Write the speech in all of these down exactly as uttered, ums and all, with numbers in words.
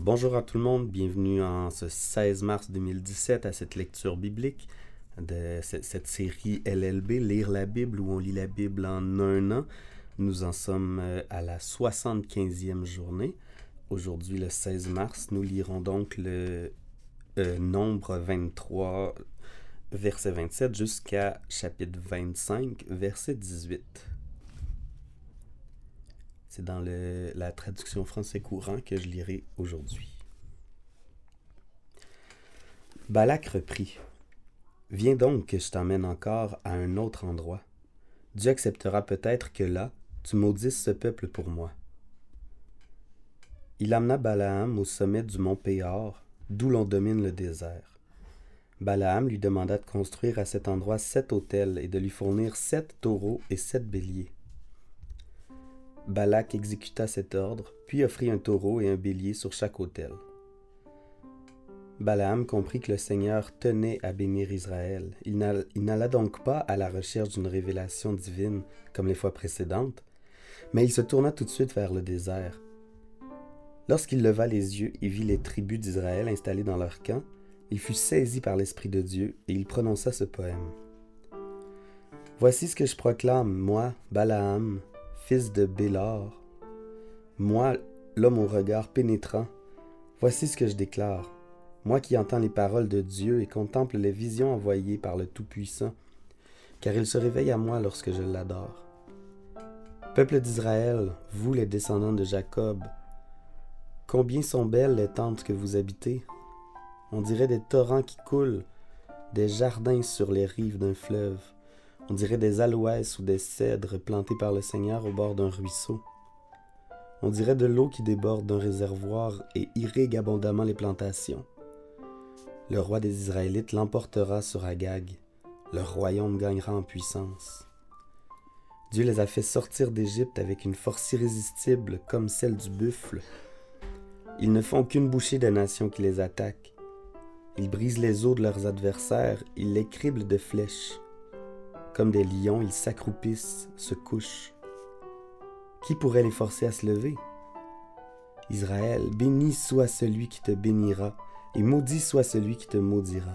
Bonjour à tout le monde, bienvenue en ce seize mars deux mille dix-sept à cette lecture biblique de cette série L L B, Lire la Bible, où on lit la Bible en un an. Nous en sommes à la soixante-quinzième journée. Aujourd'hui, le seize mars, nous lirons donc le euh, Nombre vingt-trois, verset vingt-sept, jusqu'à chapitre vingt-cinq, verset dix-huit. C'est dans le, la traduction français courant que je lirai aujourd'hui. Balak reprit. « Viens donc que je t'emmène encore à un autre endroit. Dieu acceptera peut-être que là, tu maudisses ce peuple pour moi. » Il amena Balaam au sommet du mont Péor, d'où l'on domine le désert. Balaam lui demanda de construire à cet endroit sept autels et de lui fournir sept taureaux et sept béliers. Balak exécuta cet ordre, puis offrit un taureau et un bélier sur chaque autel. Balaam comprit que le Seigneur tenait à bénir Israël. Il n'alla donc pas à la recherche d'une révélation divine comme les fois précédentes, mais il se tourna tout de suite vers le désert. Lorsqu'il leva les yeux et vit les tribus d'Israël installées dans leur camp, il fut saisi par l'Esprit de Dieu et il prononça ce poème. « Voici ce que je proclame, moi, Balaam, fils de Bélor, moi, l'homme au regard pénétrant, voici ce que je déclare. Moi qui entends les paroles de Dieu et contemple les visions envoyées par le Tout-Puissant, car il se réveille à moi lorsque je l'adore. Peuple d'Israël, vous les descendants de Jacob, combien sont belles les tentes que vous habitez. On dirait des torrents qui coulent, des jardins sur les rives d'un fleuve. On dirait des aloès ou des cèdres plantés par le Seigneur au bord d'un ruisseau. On dirait de l'eau qui déborde d'un réservoir et irrigue abondamment les plantations. Le roi des Israélites l'emportera sur Agag. Leur royaume gagnera en puissance. Dieu les a fait sortir d'Égypte avec une force irrésistible comme celle du buffle. Ils ne font qu'une bouchée des nations qui les attaquent. Ils brisent les os de leurs adversaires, ils les criblent de flèches. Comme des lions, ils s'accroupissent, se couchent. Qui pourrait les forcer à se lever? Israël, béni soit celui qui te bénira, et maudit soit celui qui te maudira.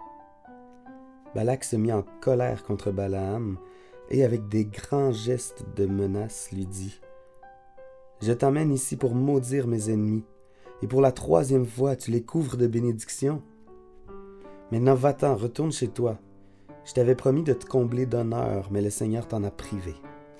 Balak se mit en colère contre Balaam, et avec des grands gestes de menace lui dit, « Je t'emmène ici pour maudire mes ennemis, et pour la troisième fois tu les couvres de bénédictions. Maintenant va-t'en, retourne chez toi. Je t'avais promis de te combler d'honneur, mais le Seigneur t'en a privé. »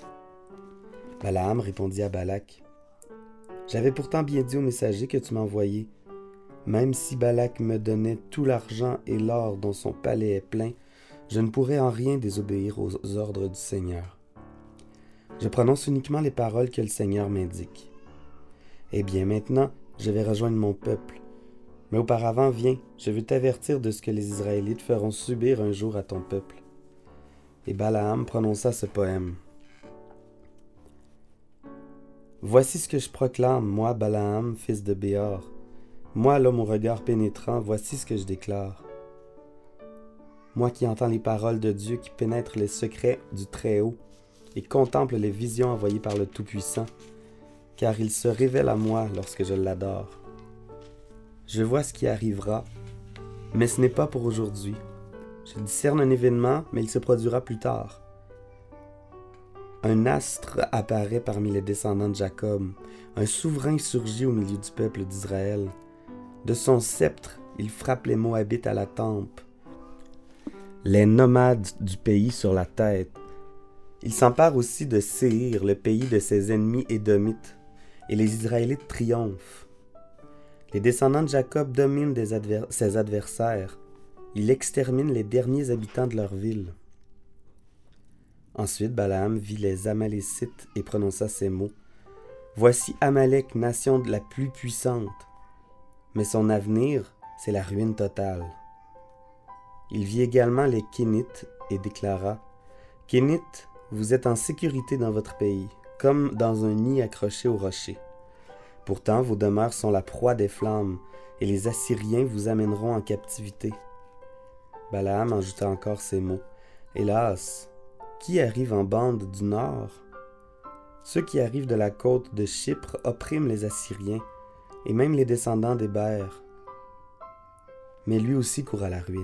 Balaam répondit à Balak, « J'avais pourtant bien dit au messager que tu m'as envoyé. Même si Balak me donnait tout l'argent et l'or dont son palais est plein, je ne pourrais en rien désobéir aux ordres du Seigneur. Je prononce uniquement les paroles que le Seigneur m'indique. Eh bien, maintenant, je vais rejoindre mon peuple. Mais auparavant, viens, je veux t'avertir de ce que les Israélites feront subir un jour à ton peuple. » Et Balaam prononça ce poème. « Voici ce que je proclame, moi, Balaam, fils de Béor. Moi, l'homme au regard pénétrant, voici ce que je déclare. Moi qui entends les paroles de Dieu, qui pénètre les secrets du Très-Haut et contemple les visions envoyées par le Tout-Puissant, car il se révèle à moi lorsque je l'adore. Je vois ce qui arrivera, mais ce n'est pas pour aujourd'hui. Je discerne un événement, mais il se produira plus tard. Un astre apparaît parmi les descendants de Jacob. Un souverain surgit au milieu du peuple d'Israël. De son sceptre, il frappe les Moabites à la tempe, les nomades du pays sur la tête. Il s'empare aussi de Séhir, le pays de ses ennemis édomites, et les Israélites triomphent. Les descendants de Jacob dominent des adver- ses adversaires. Il extermine les derniers habitants de leur ville. Ensuite, Balaam vit les Amalécites et prononça ces mots. « Voici Amalek, nation de la plus puissante. » Mais son avenir, c'est la ruine totale. Il vit également les Kénites et déclara « Kénites, vous êtes en sécurité dans votre pays, comme dans un nid accroché au rocher. Pourtant, vos demeures sont la proie des flammes, et les Assyriens vous amèneront en captivité. » Balaam ajouta encore ces mots. « Hélas, qui arrive en bande du nord? Ceux qui arrivent de la côte de Chypre oppriment les Assyriens. et même les descendants d'Hébert. Mais lui aussi court à la ruine. »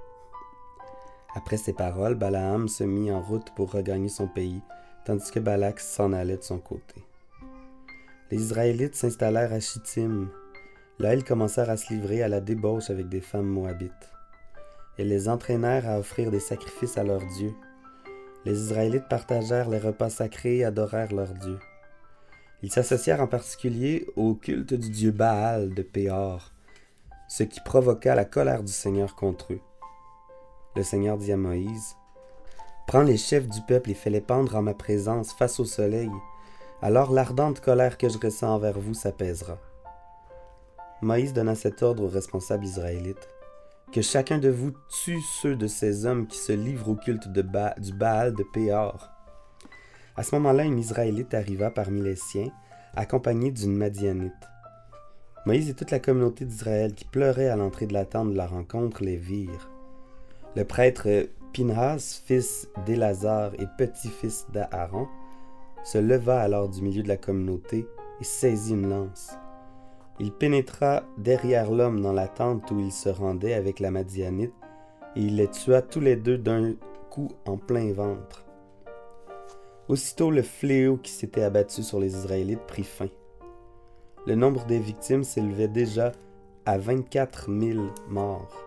Après ces paroles, Balaam se mit en route pour regagner son pays, tandis que Balak s'en allait de son côté. Les Israélites s'installèrent à Chittim. Là, ils commencèrent à se livrer à la débauche avec des femmes moabites. Ils les entraînèrent à offrir des sacrifices à leurs dieux. Les Israélites partagèrent les repas sacrés et adorèrent leurs dieux. Ils s'associèrent en particulier au culte du dieu Baal de Péor, ce qui provoqua la colère du Seigneur contre eux. Le Seigneur dit à Moïse, « Prends les chefs du peuple et fais-les pendre en ma présence face au soleil. Alors l'ardente colère que je ressens envers vous s'apaisera. » Moïse donna cet ordre aux responsables israélites, « Que chacun de vous tue ceux de ces hommes qui se livrent au culte de ba- du Baal de Péor. » À ce moment-là, une Israélite arriva parmi les siens, accompagnée d'une Madianite. Moïse et toute la communauté d'Israël qui pleurait à l'entrée de la tente de la rencontre les virent. Le prêtre Pinhas, fils d'Élazar et petit-fils d'Aaron, se leva alors du milieu de la communauté et saisit une lance. Il pénétra derrière l'homme dans la tente où il se rendait avec la Madianite, et il les tua tous les deux d'un coup en plein ventre. Aussitôt le fléau qui s'était abattu sur les Israélites prit fin. Le nombre des victimes s'élevait déjà à vingt-quatre mille morts.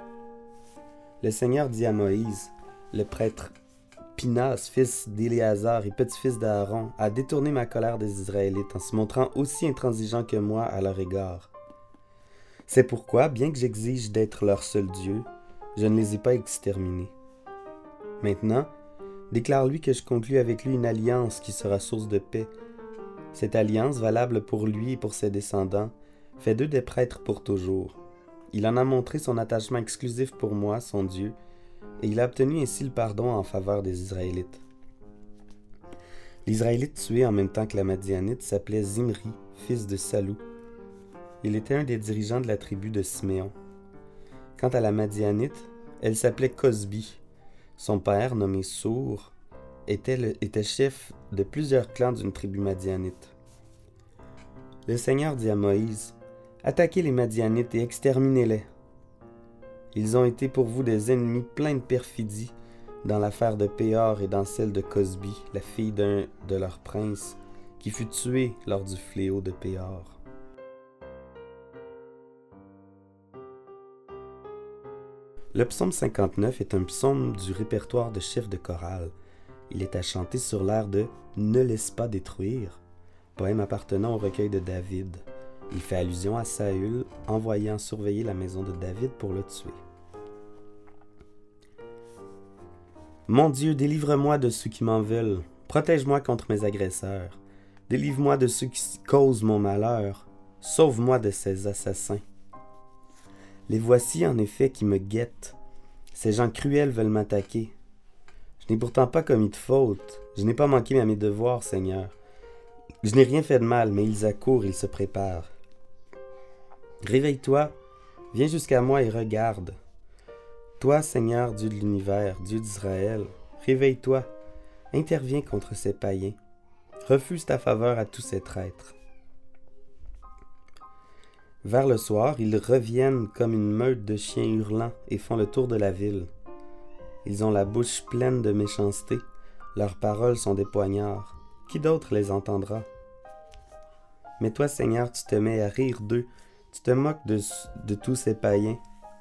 Le Seigneur dit à Moïse, le prêtre Pinhas, fils d'Éléazar et petit-fils d'Aaron, a détourné ma colère des Israélites en se montrant aussi intransigeant que moi à leur égard. C'est pourquoi, bien que j'exige d'être leur seul Dieu, je ne les ai pas exterminés. Maintenant, déclare-lui que je conclus avec lui une alliance qui sera source de paix. Cette alliance, valable pour lui et pour ses descendants, fait d'eux des prêtres pour toujours. Il en a montré son attachement exclusif pour moi, son Dieu, et il a obtenu ainsi le pardon en faveur des Israélites. L'Israélite tué en même temps que la Madianite s'appelait Zimri, fils de Salou. Il était un des dirigeants de la tribu de Siméon. Quant à la Madianite, elle s'appelait Cosbi. Son père, nommé Sour, était, le, était chef de plusieurs clans d'une tribu madianite. Le Seigneur dit à Moïse, « Attaquez les Madianites et exterminez-les. Ils ont été pour vous des ennemis pleins de perfidie dans l'affaire de Péor et dans celle de Cosbi, la fille d'un de leurs princes, qui fut tuée lors du fléau de Péor. » Le psaume cinquante-neuf est un psaume du répertoire de chefs de chorale. Il est à chanter sur l'air de « Ne laisse pas détruire », poème appartenant au recueil de David. Il fait allusion à Saül, envoyant surveiller la maison de David pour le tuer. Mon Dieu, délivre-moi de ceux qui m'en veulent. Protège-moi contre mes agresseurs. Délivre-moi de ceux qui causent mon malheur. Sauve-moi de ces assassins. Les voici en effet qui me guettent. Ces gens cruels veulent m'attaquer. Je n'ai pourtant pas commis de faute. Je n'ai pas manqué à mes devoirs, Seigneur. Je n'ai rien fait de mal, mais ils accourent, ils se préparent. Réveille-toi, viens jusqu'à moi et regarde. Toi, Seigneur, Dieu de l'univers, Dieu d'Israël, réveille-toi, interviens contre ces païens. Refuse ta faveur à tous ces traîtres. Vers le soir, ils reviennent comme une meute de chiens hurlants et font le tour de la ville. Ils ont la bouche pleine de méchanceté, leurs paroles sont des poignards. Qui d'autre les entendra? Mais toi, Seigneur, tu te mets à rire d'eux, tu te moques de, de tous ces païens.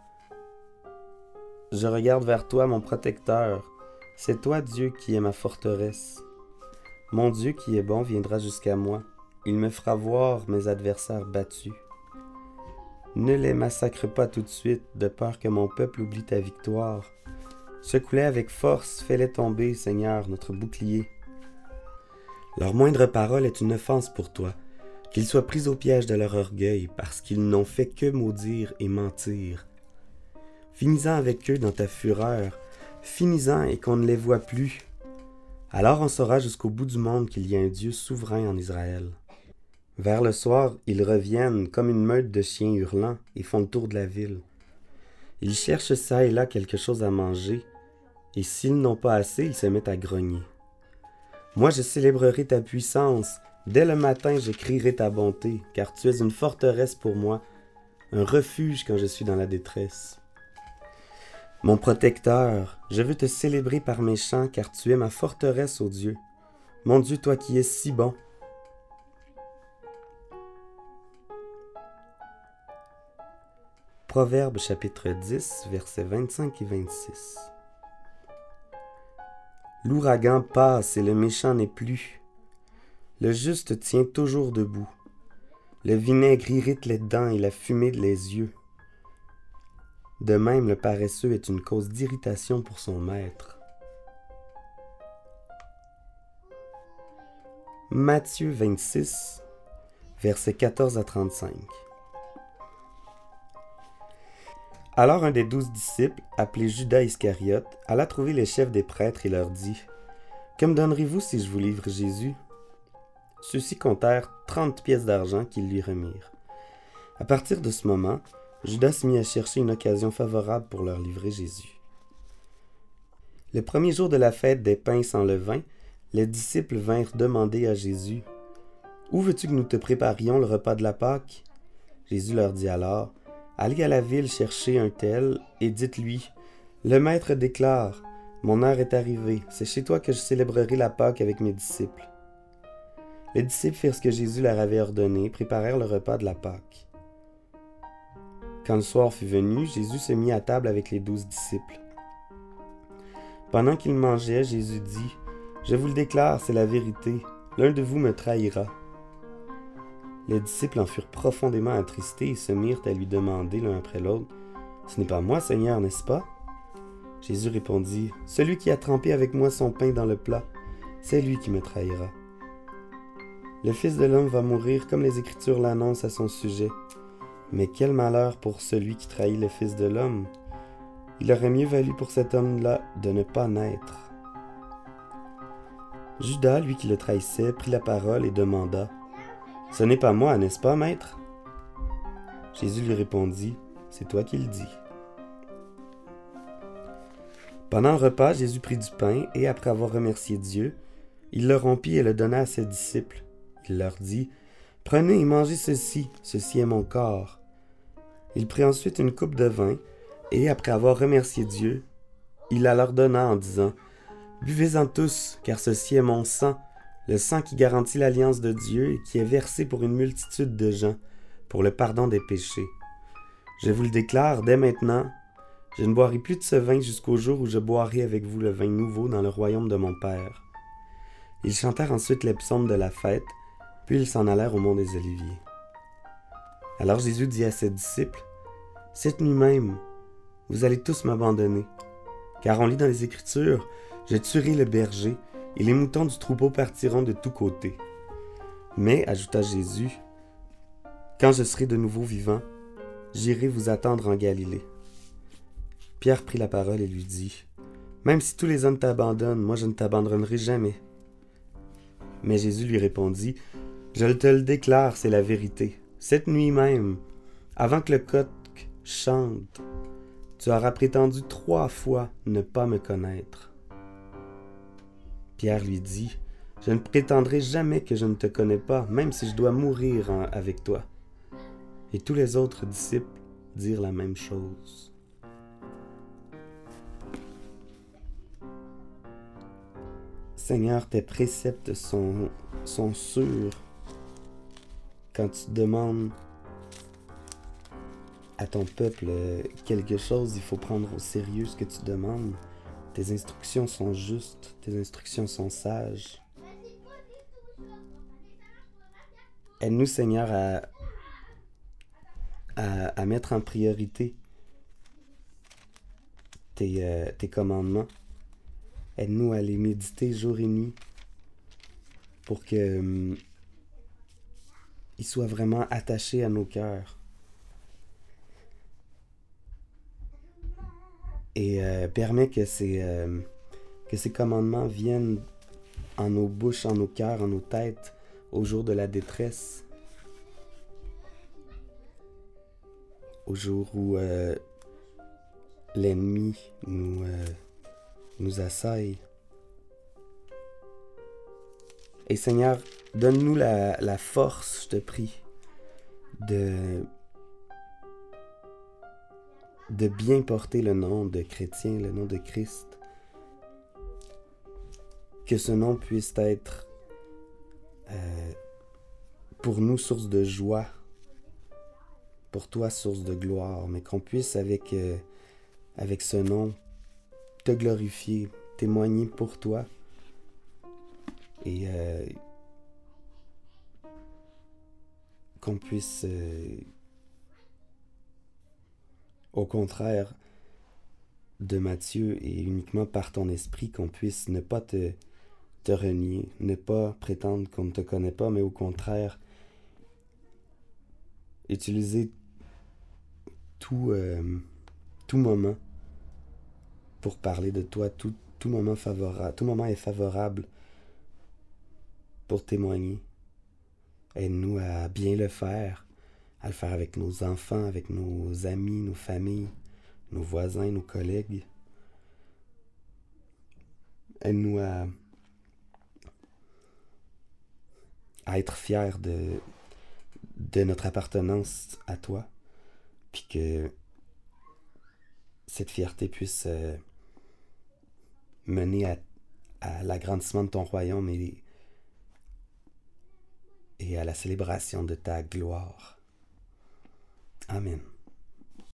Je regarde vers toi, mon protecteur. C'est toi, Dieu, qui est ma forteresse. Mon Dieu qui est bon viendra jusqu'à moi. Il me fera voir mes adversaires battus. Ne les massacre pas tout de suite, de peur que mon peuple oublie ta victoire. Secoue-les avec force, fais-les tomber, Seigneur, notre bouclier. Leur moindre parole est une offense pour toi, qu'ils soient pris au piège de leur orgueil, parce qu'ils n'ont fait que maudire et mentir. Finis-en avec eux dans ta fureur, finis-en et qu'on ne les voit plus. Alors on saura jusqu'au bout du monde qu'il y a un Dieu souverain en Israël. Vers le soir, ils reviennent comme une meute de chiens hurlants et font le tour de la ville. Ils cherchent çà et là quelque chose à manger, et s'ils n'ont pas assez, ils se mettent à grogner. Moi, je célébrerai ta puissance, Dès le matin, je crierai ta bonté, car tu es une forteresse pour moi, un refuge quand je suis dans la détresse. Mon protecteur, je veux te célébrer par mes chants, car tu es ma forteresse, ô Dieu. Mon Dieu, toi qui es si bon. Proverbes chapitre dix, versets vingt-cinq et vingt-six. L'ouragan passe et le méchant n'est plus. Le juste tient toujours debout. Le vinaigre irrite les dents et la fumée les yeux. De même, le paresseux est une cause d'irritation pour son maître. Matthieu vingt-six, versets quatorze à trente-cinq. Alors un des douze disciples, appelé Judas Iscariote, alla trouver les chefs des prêtres et leur dit « Que me donnerez-vous si je vous livre Jésus ?» Ceux-ci comptèrent trente pièces d'argent qu'ils lui remirent. À partir de ce moment, Judas se mit à chercher une occasion favorable pour leur livrer Jésus. Le premier jour de la fête des pains sans levain, les disciples vinrent demander à Jésus « Où veux-tu que nous te préparions le repas de la Pâque ?» Jésus leur dit alors « Allez à la ville chercher un tel et dites-lui « Le maître déclare « Mon heure est arrivée, c'est chez toi que je célébrerai la Pâque avec mes disciples. » Les disciples firent ce que Jésus leur avait ordonné, préparèrent le repas de la Pâque. Quand le soir fut venu, Jésus se mit à table avec les douze disciples. Pendant qu'ils mangeaient, Jésus dit « Je vous le déclare, c'est la vérité, l'un de vous me trahira. » Les disciples en furent profondément attristés et se mirent à lui demander l'un après l'autre « Ce n'est pas moi, Seigneur, n'est-ce pas ?» Jésus répondit « Celui qui a trempé avec moi son pain dans le plat, c'est lui qui me trahira. Le Fils de l'homme va mourir comme les Écritures l'annoncent à son sujet. Mais quel malheur pour celui qui trahit le Fils de l'homme! Il aurait mieux valu pour cet homme-là de ne pas naître. » Judas, lui qui le trahissait, prit la parole et demanda « Ce n'est pas moi, n'est-ce pas, maître ?» Jésus lui répondit « C'est toi qui le dis. » Pendant le repas, Jésus prit du pain et, après avoir remercié Dieu, il le rompit et le donna à ses disciples. Il leur dit « Prenez et mangez ceci, ceci est mon corps. » Il prit ensuite une coupe de vin, et après avoir remercié Dieu, il la leur donna en disant « Buvez-en tous, car ceci est mon sang, le sang qui garantit l'alliance de Dieu et qui est versé pour une multitude de gens, pour le pardon des péchés. Je vous le déclare dès maintenant, je ne boirai plus de ce vin jusqu'au jour où je boirai avec vous le vin nouveau dans le royaume de mon Père. » Ils chantèrent ensuite les psaumes de la fête, puis ils s'en allèrent au mont des Oliviers. Alors Jésus dit à ses disciples, « Cette nuit même, vous allez tous m'abandonner, car on lit dans les Écritures, « Je tuerai le berger, et les moutons du troupeau partiront de tous côtés. » Mais, ajouta Jésus, « Quand je serai de nouveau vivant, j'irai vous attendre en Galilée. » Pierre prit la parole et lui dit, « Même si tous les hommes t'abandonnent, moi je ne t'abandonnerai jamais. » Mais Jésus lui répondit, « Je te le déclare, c'est la vérité. Cette nuit même, avant que le coq chante, tu auras prétendu trois fois ne pas me connaître. » Pierre lui dit, « Je ne prétendrai jamais que je ne te connais pas, même si je dois mourir en- avec toi. » Et tous les autres disciples dirent la même chose. Seigneur, tes préceptes sont, sont sûrs. Quand tu demandes à ton peuple quelque chose, il faut prendre au sérieux ce que tu demandes. Tes instructions sont justes, tes instructions sont sages. Aide-nous, Seigneur, à, à, à mettre en priorité tes, euh, tes commandements. Aide-nous à les méditer jour et nuit pour que hum, ils soient vraiment attachés à nos cœurs. Et euh, permets que ces, euh, que ces commandements viennent en nos bouches, en nos cœurs, en nos têtes, au jour de la détresse, au jour où euh, l'ennemi nous, euh, nous assaille. Et Seigneur, Donne-nous la, la force, je te prie, de, de bien porter le nom de chrétien, le nom de Christ. Que ce nom puisse être euh, pour nous source de joie, pour toi source de gloire, mais qu'on puisse avec, euh, avec ce nom te glorifier, témoigner pour toi et euh, qu'on puisse euh, au contraire de Matthieu et uniquement par ton esprit qu'on puisse ne pas te, te renier, ne pas prétendre qu'on ne te connaît pas, mais au contraire utiliser tout, euh, tout moment pour parler de toi, tout, tout moment favorable, tout moment est favorable pour témoigner. Aide-nous à bien le faire, à le faire avec nos enfants, avec nos amis, nos familles, nos voisins, nos collègues. Aide-nous à, à être fiers de, de notre appartenance à toi, puis que cette fierté puisse euh, mener à, à l'agrandissement de ton royaume et, et à la célébration de ta gloire. Amen.